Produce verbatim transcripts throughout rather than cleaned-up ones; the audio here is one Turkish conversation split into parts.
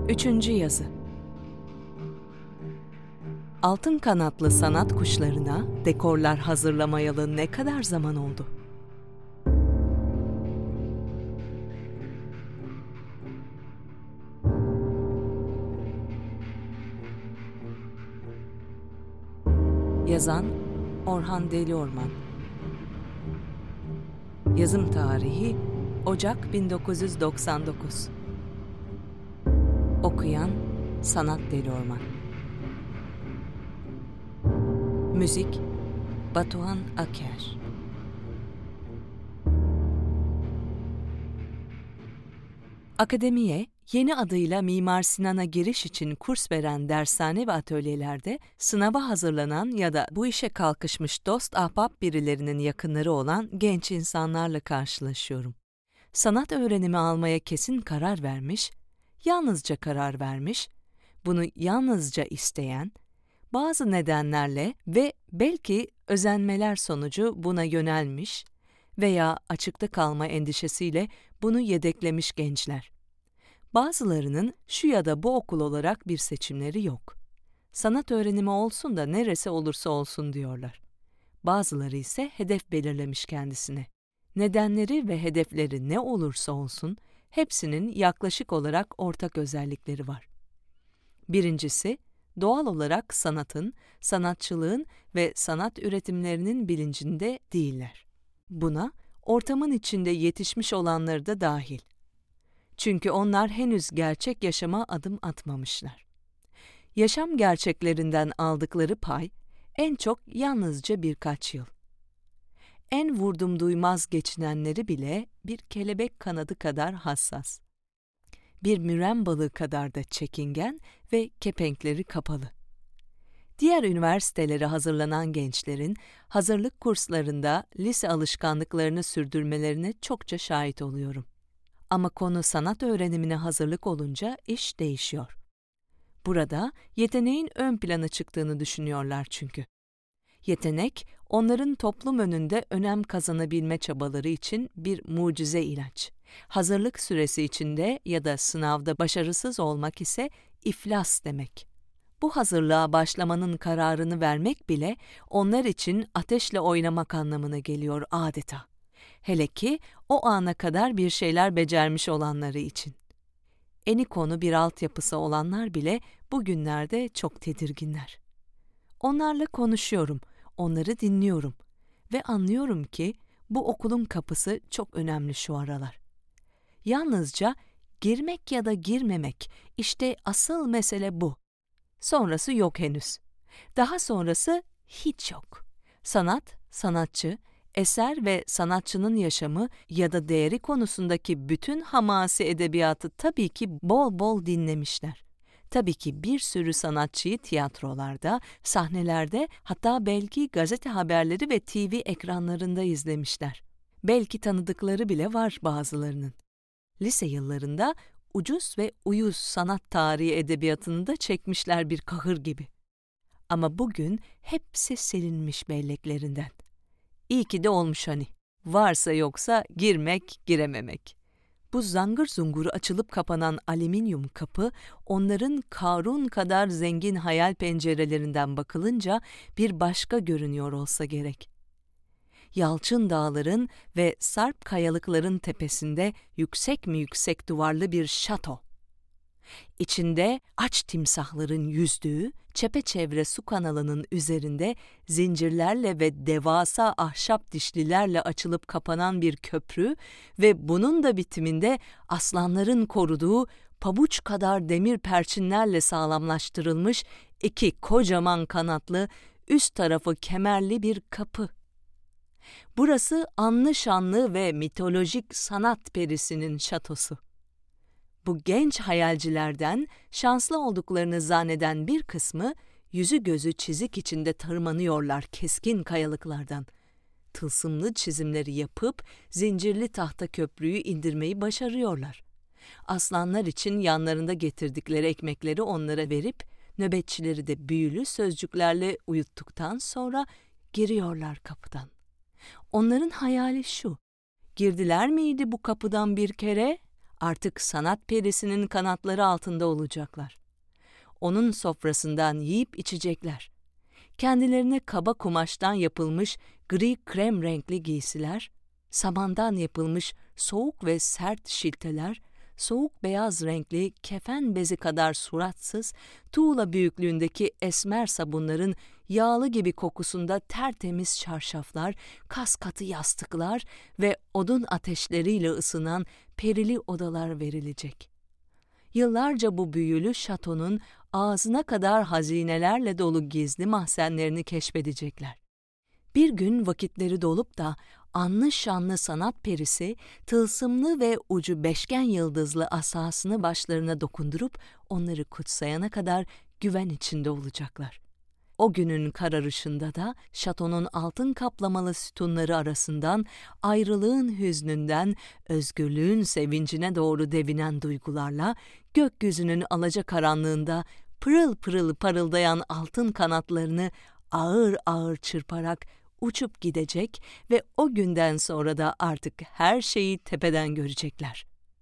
Üçüncü yazı. Altın kanatlı sanat kuşlarına dekorlar hazırlamayalı ne kadar zaman oldu? Yazan Orhan Deliorman. Yazım tarihi Ocak bin dokuz yüz doksan dokuz. Okuyan Sanat Deliorman. Müzik Batuhan Aker. Akademiye, yeni adıyla Mimar Sinan'a giriş için kurs veren dershane ve atölyelerde sınava hazırlanan ya da bu işe kalkışmış dost ahbap birilerinin yakınları olan genç insanlarla karşılaşıyorum. Sanat öğrenimi almaya kesin karar vermiş, yalnızca karar vermiş, bunu yalnızca isteyen, bazı nedenlerle ve belki özenmeler sonucu buna yönelmiş veya açıkta kalma endişesiyle bunu yedeklemiş gençler. Bazılarının şu ya da bu okul olarak bir seçimleri yok. Sanat öğrenimi olsun da neresi olursa olsun diyorlar. Bazıları ise hedef belirlemiş kendisine. Nedenleri ve hedefleri ne olursa olsun, hepsinin yaklaşık olarak ortak özellikleri var. Birincisi, doğal olarak sanatın, sanatçılığın ve sanat üretimlerinin bilincinde değiller. Buna, ortamın içinde yetişmiş olanları da dahil. Çünkü onlar henüz gerçek yaşama adım atmamışlar. Yaşam gerçeklerinden aldıkları pay, en çok yalnızca birkaç yıl. En vurdum duymaz geçinenleri bile bir kelebek kanadı kadar hassas. Bir müren balığı kadar da çekingen ve kepenkleri kapalı. Diğer üniversitelere hazırlanan gençlerin hazırlık kurslarında lise alışkanlıklarını sürdürmelerine çokça şahit oluyorum. Ama konu sanat öğrenimine hazırlık olunca iş değişiyor. Burada yeteneğin ön plana çıktığını düşünüyorlar çünkü. Yetenek, onların toplum önünde önem kazanabilme çabaları için bir mucize ilaç. Hazırlık süresi içinde ya da sınavda başarısız olmak ise iflas demek. Bu hazırlığa başlamanın kararını vermek bile onlar için ateşle oynamak anlamına geliyor adeta. Hele ki o ana kadar bir şeyler becermiş olanları için. Eni konu bir altyapısı olanlar bile bugünlerde çok tedirginler. Onlarla konuşuyorum, onları dinliyorum ve anlıyorum ki bu okulun kapısı çok önemli şu aralar. Yalnızca girmek ya da girmemek, işte asıl mesele bu. Sonrası yok henüz. Daha sonrası hiç yok. Sanat, sanatçı, eser ve sanatçının yaşamı ya da değeri konusundaki bütün hamasi edebiyatı tabii ki bol bol dinlemişler. Tabii ki bir sürü sanatçıyı tiyatrolarda, sahnelerde, hatta belki gazete haberleri ve T V ekranlarında izlemişler. Belki tanıdıkları bile var bazılarının. Lise yıllarında ucuz ve uyuz sanat tarihi edebiyatını da çekmişler bir kahır gibi. Ama bugün hepsi silinmiş belleklerinden. İyi ki de olmuş hani. Varsa yoksa girmek, girememek. Bu zangır zunguru açılıp kapanan alüminyum kapı, onların Karun kadar zengin hayal pencerelerinden bakılınca bir başka görünüyor olsa gerek. Yalçın dağların ve sarp kayalıkların tepesinde yüksek mi yüksek duvarlı bir şato. İçinde aç timsahların yüzdüğü, çepeçevre su kanalının üzerinde zincirlerle ve devasa ahşap dişlilerle açılıp kapanan bir köprü ve bunun da bitiminde aslanların koruduğu pabuç kadar demir perçinlerle sağlamlaştırılmış iki kocaman kanatlı, üst tarafı kemerli bir kapı. Burası anlı şanlı ve mitolojik sanat perisinin şatosu. Bu genç hayalcilerden şanslı olduklarını zanneden bir kısmı yüzü gözü çizik içinde tırmanıyorlar keskin kayalıklardan. Tılsımlı çizimleri yapıp zincirli tahta köprüyü indirmeyi başarıyorlar. Aslanlar için yanlarında getirdikleri ekmekleri onlara verip nöbetçileri de büyülü sözcüklerle uyuttuktan sonra giriyorlar kapıdan. Onların hayali şu: girdiler miydi bu kapıdan bir kere? Artık sanat perisinin kanatları altında olacaklar. Onun sofrasından yiyip içecekler. Kendilerine kaba kumaştan yapılmış gri krem renkli giysiler, samandan yapılmış soğuk ve sert şilteler, soğuk beyaz renkli kefen bezi kadar suratsız, tuğla büyüklüğündeki esmer sabunların yağlı gibi kokusunda tertemiz çarşaflar, kas katı yastıklar ve odun ateşleriyle ısınan perili odalar verilecek. Yıllarca bu büyülü şatonun ağzına kadar hazinelerle dolu gizli mahzenlerini keşfedecekler. Bir gün vakitleri dolup da anlı şanlı sanat perisi tılsımlı ve ucu beşgen yıldızlı asasını başlarına dokundurup onları kutsayana kadar güven içinde olacaklar. O günün kararışında da şatonun altın kaplamalı sütunları arasından ayrılığın hüznünden özgürlüğün sevincine doğru devinen duygularla gökyüzünün alacakaranlığında pırıl pırıl parıldayan altın kanatlarını ağır ağır çırparak uçup gidecek ve o günden sonra da artık her şeyi tepeden görecekler.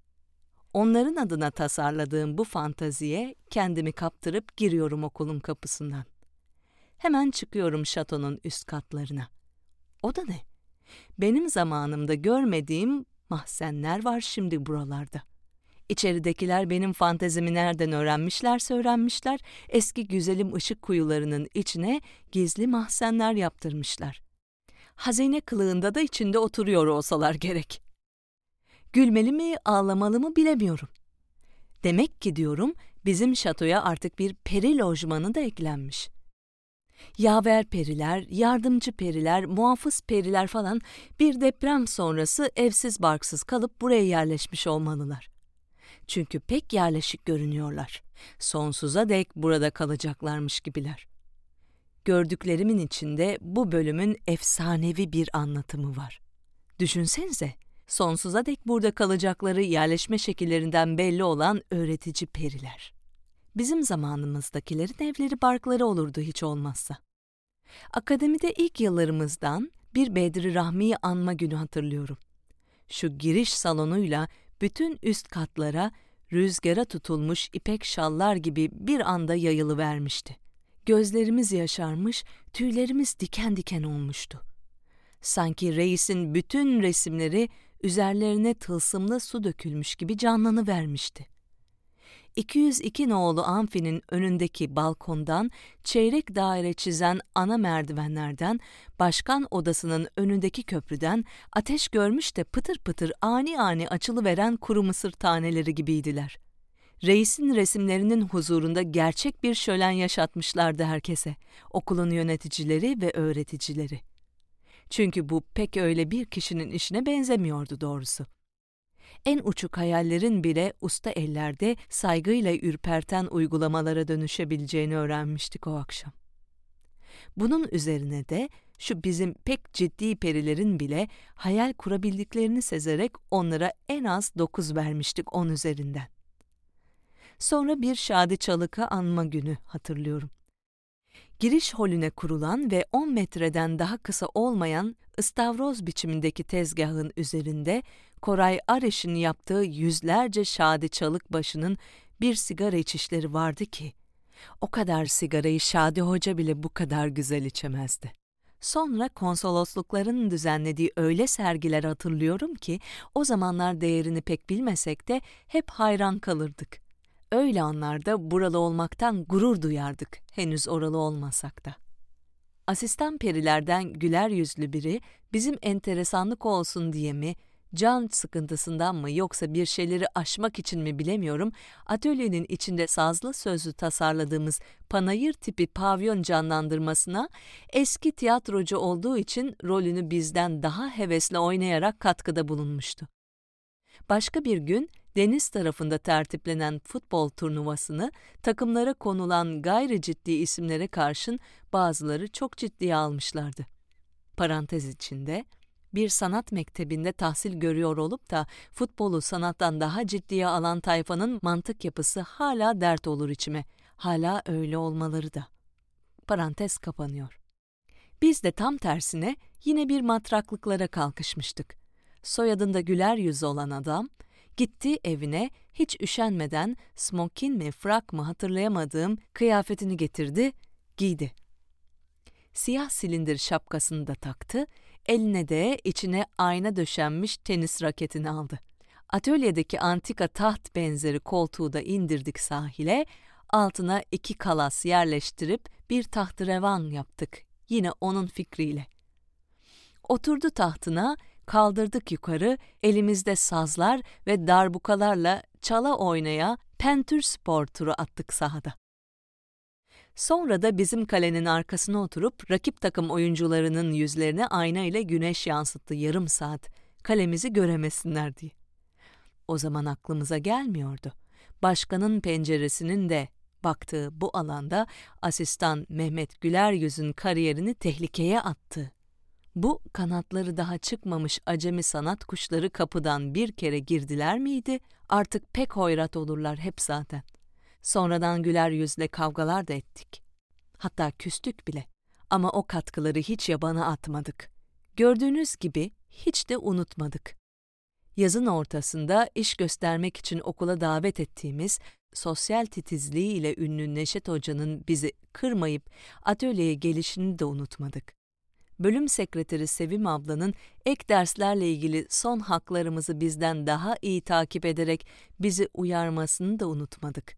Onların adına tasarladığım bu fantaziye kendimi kaptırıp giriyorum okulun kapısından. Hemen çıkıyorum şatonun üst katlarına. O da ne? Benim zamanımda görmediğim mahzenler var şimdi buralarda. İçeridekiler benim fantezimi nereden öğrenmişlerse öğrenmişler, eski güzelim ışık kuyularının içine gizli mahzenler yaptırmışlar. Hazine kılığında da içinde oturuyor olsalar gerek. Gülmeli mi, ağlamalı mı bilemiyorum. Demek ki diyorum, bizim şatoya artık bir peri lojmanı da eklenmiş. Yaver periler, yardımcı periler, muhafız periler falan bir deprem sonrası evsiz barksız kalıp buraya yerleşmiş olmalılar. Çünkü pek yerleşik görünüyorlar. Sonsuza dek burada kalacaklarmış gibiler. Gördüklerimin içinde bu bölümün efsanevi bir anlatımı var. Düşünsenize, sonsuza dek burada kalacakları yerleşme şekillerinden belli olan öğretici periler. Bizim zamanımızdakilerin evleri barkları olurdu hiç olmazsa. Akademide ilk yıllarımızdan bir Bedri Rahmi'yi anma günü hatırlıyorum. Şu giriş salonuyla bütün üst katlara rüzgara tutulmuş ipek şallar gibi bir anda yayılıvermişti. Gözlerimiz yaşarmış, tüylerimiz diken diken olmuştu. Sanki reisin bütün resimleri üzerlerine tılsımlı su dökülmüş gibi canlanıvermişti. iki yüz iki nolu amfinin önündeki balkondan çeyrek daire çizen ana merdivenlerden, başkan odasının önündeki köprüden ateş görmüş de pıtır pıtır ani ani açılıveren kuru mısır taneleri gibiydiler. Reisin resimlerinin huzurunda gerçek bir şölen yaşatmışlardı herkese, okulun yöneticileri ve öğreticileri. Çünkü bu pek öyle bir kişinin işine benzemiyordu doğrusu. En uçuk hayallerin bile usta ellerde saygıyla ürperten uygulamalara dönüşebileceğini öğrenmiştik o akşam. Bunun üzerine de şu bizim pek ciddi perilerin bile hayal kurabildiklerini sezerek onlara en az dokuz vermiştik on üzerinden. Sonra bir Şadi Çalık'a anma günü hatırlıyorum. Giriş holüne kurulan ve on metreden daha kısa olmayan ıstavroz biçimindeki tezgahın üzerinde Koray Areş'in yaptığı yüzlerce Şadi Çalık başının bir sigara içişleri vardı ki, o kadar sigarayı Şadi Hoca bile bu kadar güzel içemezdi. Sonra konsoloslukların düzenlediği öyle sergiler hatırlıyorum ki, o zamanlar değerini pek bilmesek de hep hayran kalırdık. Öyle anlarda buralı olmaktan gurur duyardık, henüz oralı olmasak da. Asistan perilerden güler yüzlü biri, bizim enteresanlık olsun diye mi, can sıkıntısından mı yoksa bir şeyleri aşmak için mi bilemiyorum, atölyenin içinde sazlı sözlü tasarladığımız panayır tipi pavyon canlandırmasına eski tiyatrocu olduğu için rolünü bizden daha hevesle oynayarak katkıda bulunmuştu. Başka bir gün deniz tarafında tertiplenen futbol turnuvasını takımlara konulan gayri ciddi isimlere karşın bazıları çok ciddiye almışlardı. Parantez içinde, bir sanat mektebinde tahsil görüyor olup da futbolu sanattan daha ciddiye alan tayfanın mantık yapısı hala dert olur içime, hala öyle olmaları da. Parantez kapanıyor. Biz de tam tersine yine bir matraklıklara kalkışmıştık. Soyadında güler yüzü olan adam, Gitti evine, hiç üşenmeden smokin mi frak mı hatırlayamadığım kıyafetini getirdi, giydi. Siyah silindir şapkasını da taktı, eline de içine ayna döşenmiş tenis raketini aldı. Atölyedeki antika taht benzeri koltuğu da indirdik sahile, altına iki kalas yerleştirip bir tahterevan yaptık, yine onun fikriyle. Oturdu tahtına, kaldırdık yukarı, elimizde sazlar ve darbukalarla çala oynaya pentür spor turu attık sahada. Sonra da bizim kalenin arkasına oturup rakip takım oyuncularının yüzlerine ayna ile güneş yansıttı yarım saat, kalemizi göremesinler diye. O zaman aklımıza gelmiyordu. Başkanın penceresinin de baktığı bu alanda asistan Mehmet Güleryüz'ün kariyerini tehlikeye attı. Bu kanatları daha çıkmamış acemi sanat kuşları kapıdan bir kere girdiler miydi, artık pek hoyrat olurlar hep zaten. Sonradan Güleryüz'le kavgalar da ettik. Hatta küstük bile. Ama o katkıları hiç yabana atmadık. Gördüğünüz gibi hiç de unutmadık. Yazın ortasında iş göstermek için okula davet ettiğimiz, sosyal titizliği ile ünlü Neşet Hoca'nın bizi kırmayıp atölyeye gelişini de unutmadık. Bölüm sekreteri Sevim ablanın ek derslerle ilgili son haklarımızı bizden daha iyi takip ederek bizi uyarmasını da unutmadık.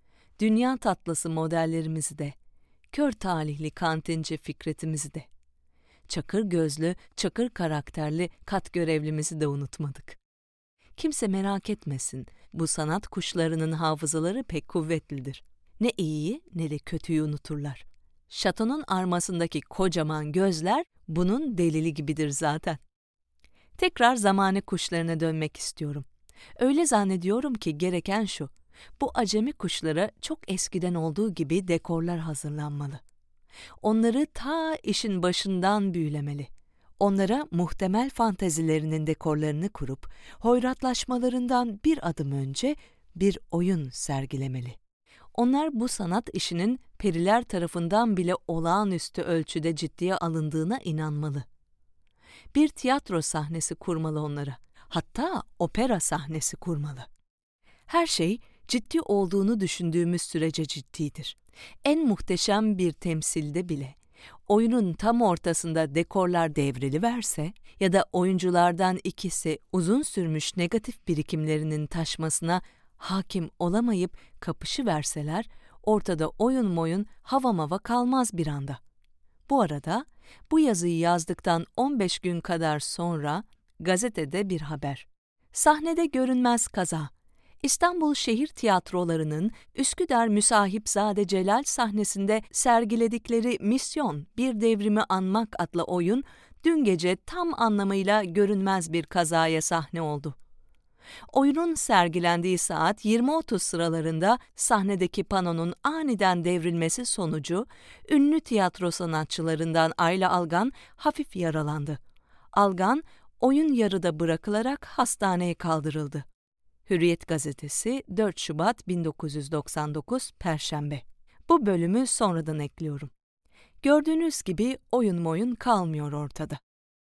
Dünya tatlısı modellerimizi de, kör talihli kantinci Fikret'imizi de, çakır gözlü, çakır karakterli kat görevlimizi de unutmadık. Kimse merak etmesin, bu sanat kuşlarının hafızaları pek kuvvetlidir. Ne iyiyi ne de kötüyü unuturlar. Şatonun armasındaki kocaman gözler bunun delili gibidir zaten. Tekrar zamane kuşlarına dönmek istiyorum. Öyle zannediyorum ki gereken şu, bu acemi kuşlara çok eskiden olduğu gibi dekorlar hazırlanmalı. Onları ta işin başından büyülemeli. Onlara muhtemel fantezilerinin dekorlarını kurup, hoyratlaşmalarından bir adım önce bir oyun sergilemeli. Onlar bu sanat işinin periler tarafından bile olağanüstü ölçüde ciddiye alındığına inanmalı. Bir tiyatro sahnesi kurmalı onlara, hatta opera sahnesi kurmalı. Her şey ciddi olduğunu düşündüğümüz sürece ciddidir. En muhteşem bir temsilde bile, oyunun tam ortasında dekorlar devriliverse ya da oyunculardan ikisi uzun sürmüş negatif birikimlerinin taşmasına hakim olamayıp kapışıverseler, ortada oyun moyun hava mava kalmaz bir anda. Bu arada bu yazıyı yazdıktan on beş gün kadar sonra gazetede bir haber. Sahnede görünmez kaza. İstanbul Şehir Tiyatroları'nın Üsküdar Müsahipzade Celal sahnesinde sergiledikleri Misyon Bir Devrimi Anmak adlı oyun dün gece tam anlamıyla görünmez bir kazaya sahne oldu. Oyunun sergilendiği saat yirmi otuz sıralarında sahnedeki panonun aniden devrilmesi sonucu ünlü tiyatro sanatçılarından Ayla Algan hafif yaralandı. Algan, oyun yarıda bırakılarak hastaneye kaldırıldı. Hürriyet Gazetesi dört Şubat bin dokuz yüz doksan dokuz Perşembe. Bu bölümü sonradan ekliyorum. Gördüğünüz gibi oyun moyun kalmıyor ortada.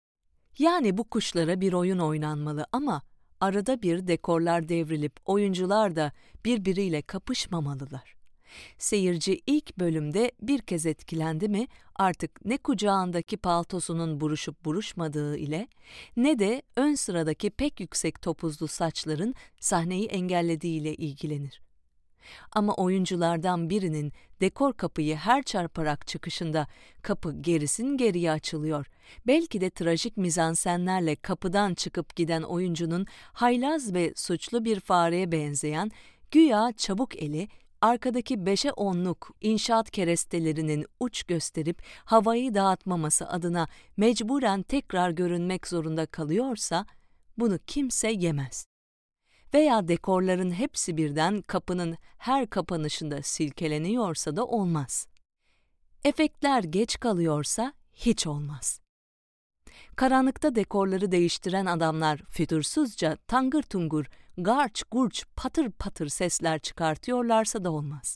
Yani bu kuşlara bir oyun oynanmalı ama arada bir dekorlar devrilip oyuncular da birbiriyle kapışmamalılar. Seyirci ilk bölümde bir kez etkilendi mi artık ne kucağındaki paltosunun buruşup buruşmadığı ile ne de ön sıradaki pek yüksek topuzlu saçların sahneyi engellediğiyle ilgilenir. Ama oyunculardan birinin dekor kapıyı her çarparak çıkışında kapı gerisin geriye açılıyor. Belki de trajik mizansenlerle kapıdan çıkıp giden oyuncunun haylaz ve suçlu bir fareye benzeyen güya çabuk eli, arkadaki beşe onluk inşaat kerestelerinin uç gösterip havayı dağıtmaması adına mecburen tekrar görünmek zorunda kalıyorsa, bunu kimse yemez. Veya dekorların hepsi birden kapının her kapanışında silkeleniyorsa da olmaz. Efektler geç kalıyorsa hiç olmaz. Karanlıkta dekorları değiştiren adamlar fütursuzca tangır tungur, garç gurç patır patır sesler çıkartıyorlarsa da olmaz.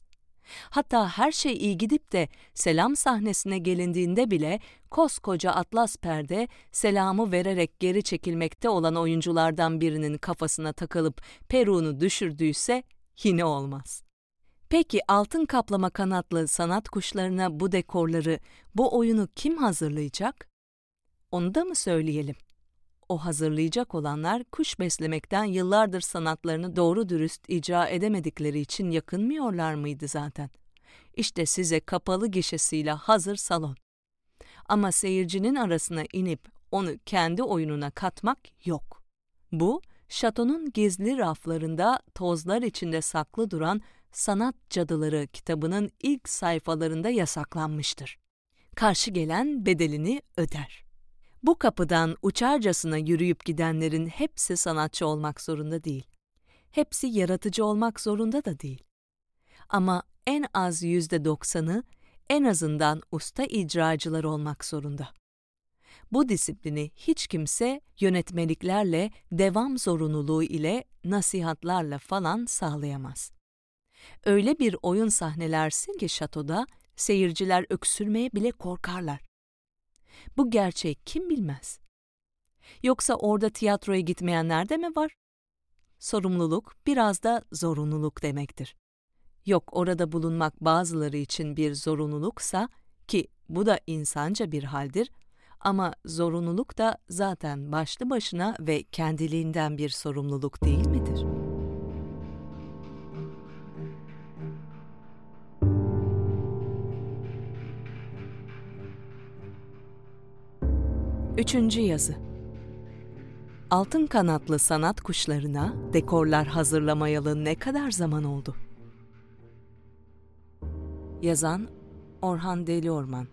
Hatta her şey iyi gidip de selam sahnesine gelindiğinde bile koskoca atlas perde selamı vererek geri çekilmekte olan oyunculardan birinin kafasına takılıp peruğunu düşürdüyse yine olmaz. Peki altın kaplama kanatlı sanat kuşlarına bu dekorları, bu oyunu kim hazırlayacak? Onu da mı söyleyelim? O hazırlayacak olanlar kuş beslemekten yıllardır sanatlarını doğru dürüst icra edemedikleri için yakınmıyorlar mıydı zaten? İşte size kapalı gişesiyle hazır salon. Ama seyircinin arasına inip onu kendi oyununa katmak yok. Bu, şatonun gizli raflarında tozlar içinde saklı duran Sanat Cadıları kitabının ilk sayfalarında yasaklanmıştır. Karşı gelen bedelini öder. Bu kapıdan uçarcasına yürüyüp gidenlerin hepsi sanatçı olmak zorunda değil. Hepsi yaratıcı olmak zorunda da değil. Ama en az yüzde doksanı en azından usta icracılar olmak zorunda. Bu disiplini hiç kimse yönetmeliklerle, devam zorunluluğu ile, nasihatlarla falan sağlayamaz. Öyle bir oyun sahnelersin ki şatoda seyirciler öksürmeye bile korkarlar. Bu gerçeği kim bilmez? Yoksa orada tiyatroya gitmeyenler de mi var? Sorumluluk biraz da zorunluluk demektir. Yok orada bulunmak bazıları için bir zorunluluksa ki bu da insanca bir haldir ama zorunluluk da zaten başlı başına ve kendiliğinden bir sorumluluk değil midir? Üçüncü yazı. Altın kanatlı sanat kuşlarına dekorlar hazırlamayalı ne kadar zaman oldu? Yazan Orhan Deliorman.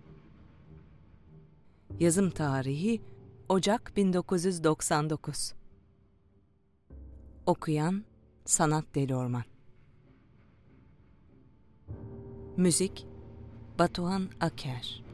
Yazım tarihi Ocak bin dokuz yüz doksan dokuz. Okuyan Sanat Deliorman. Müzik Batuhan Aker.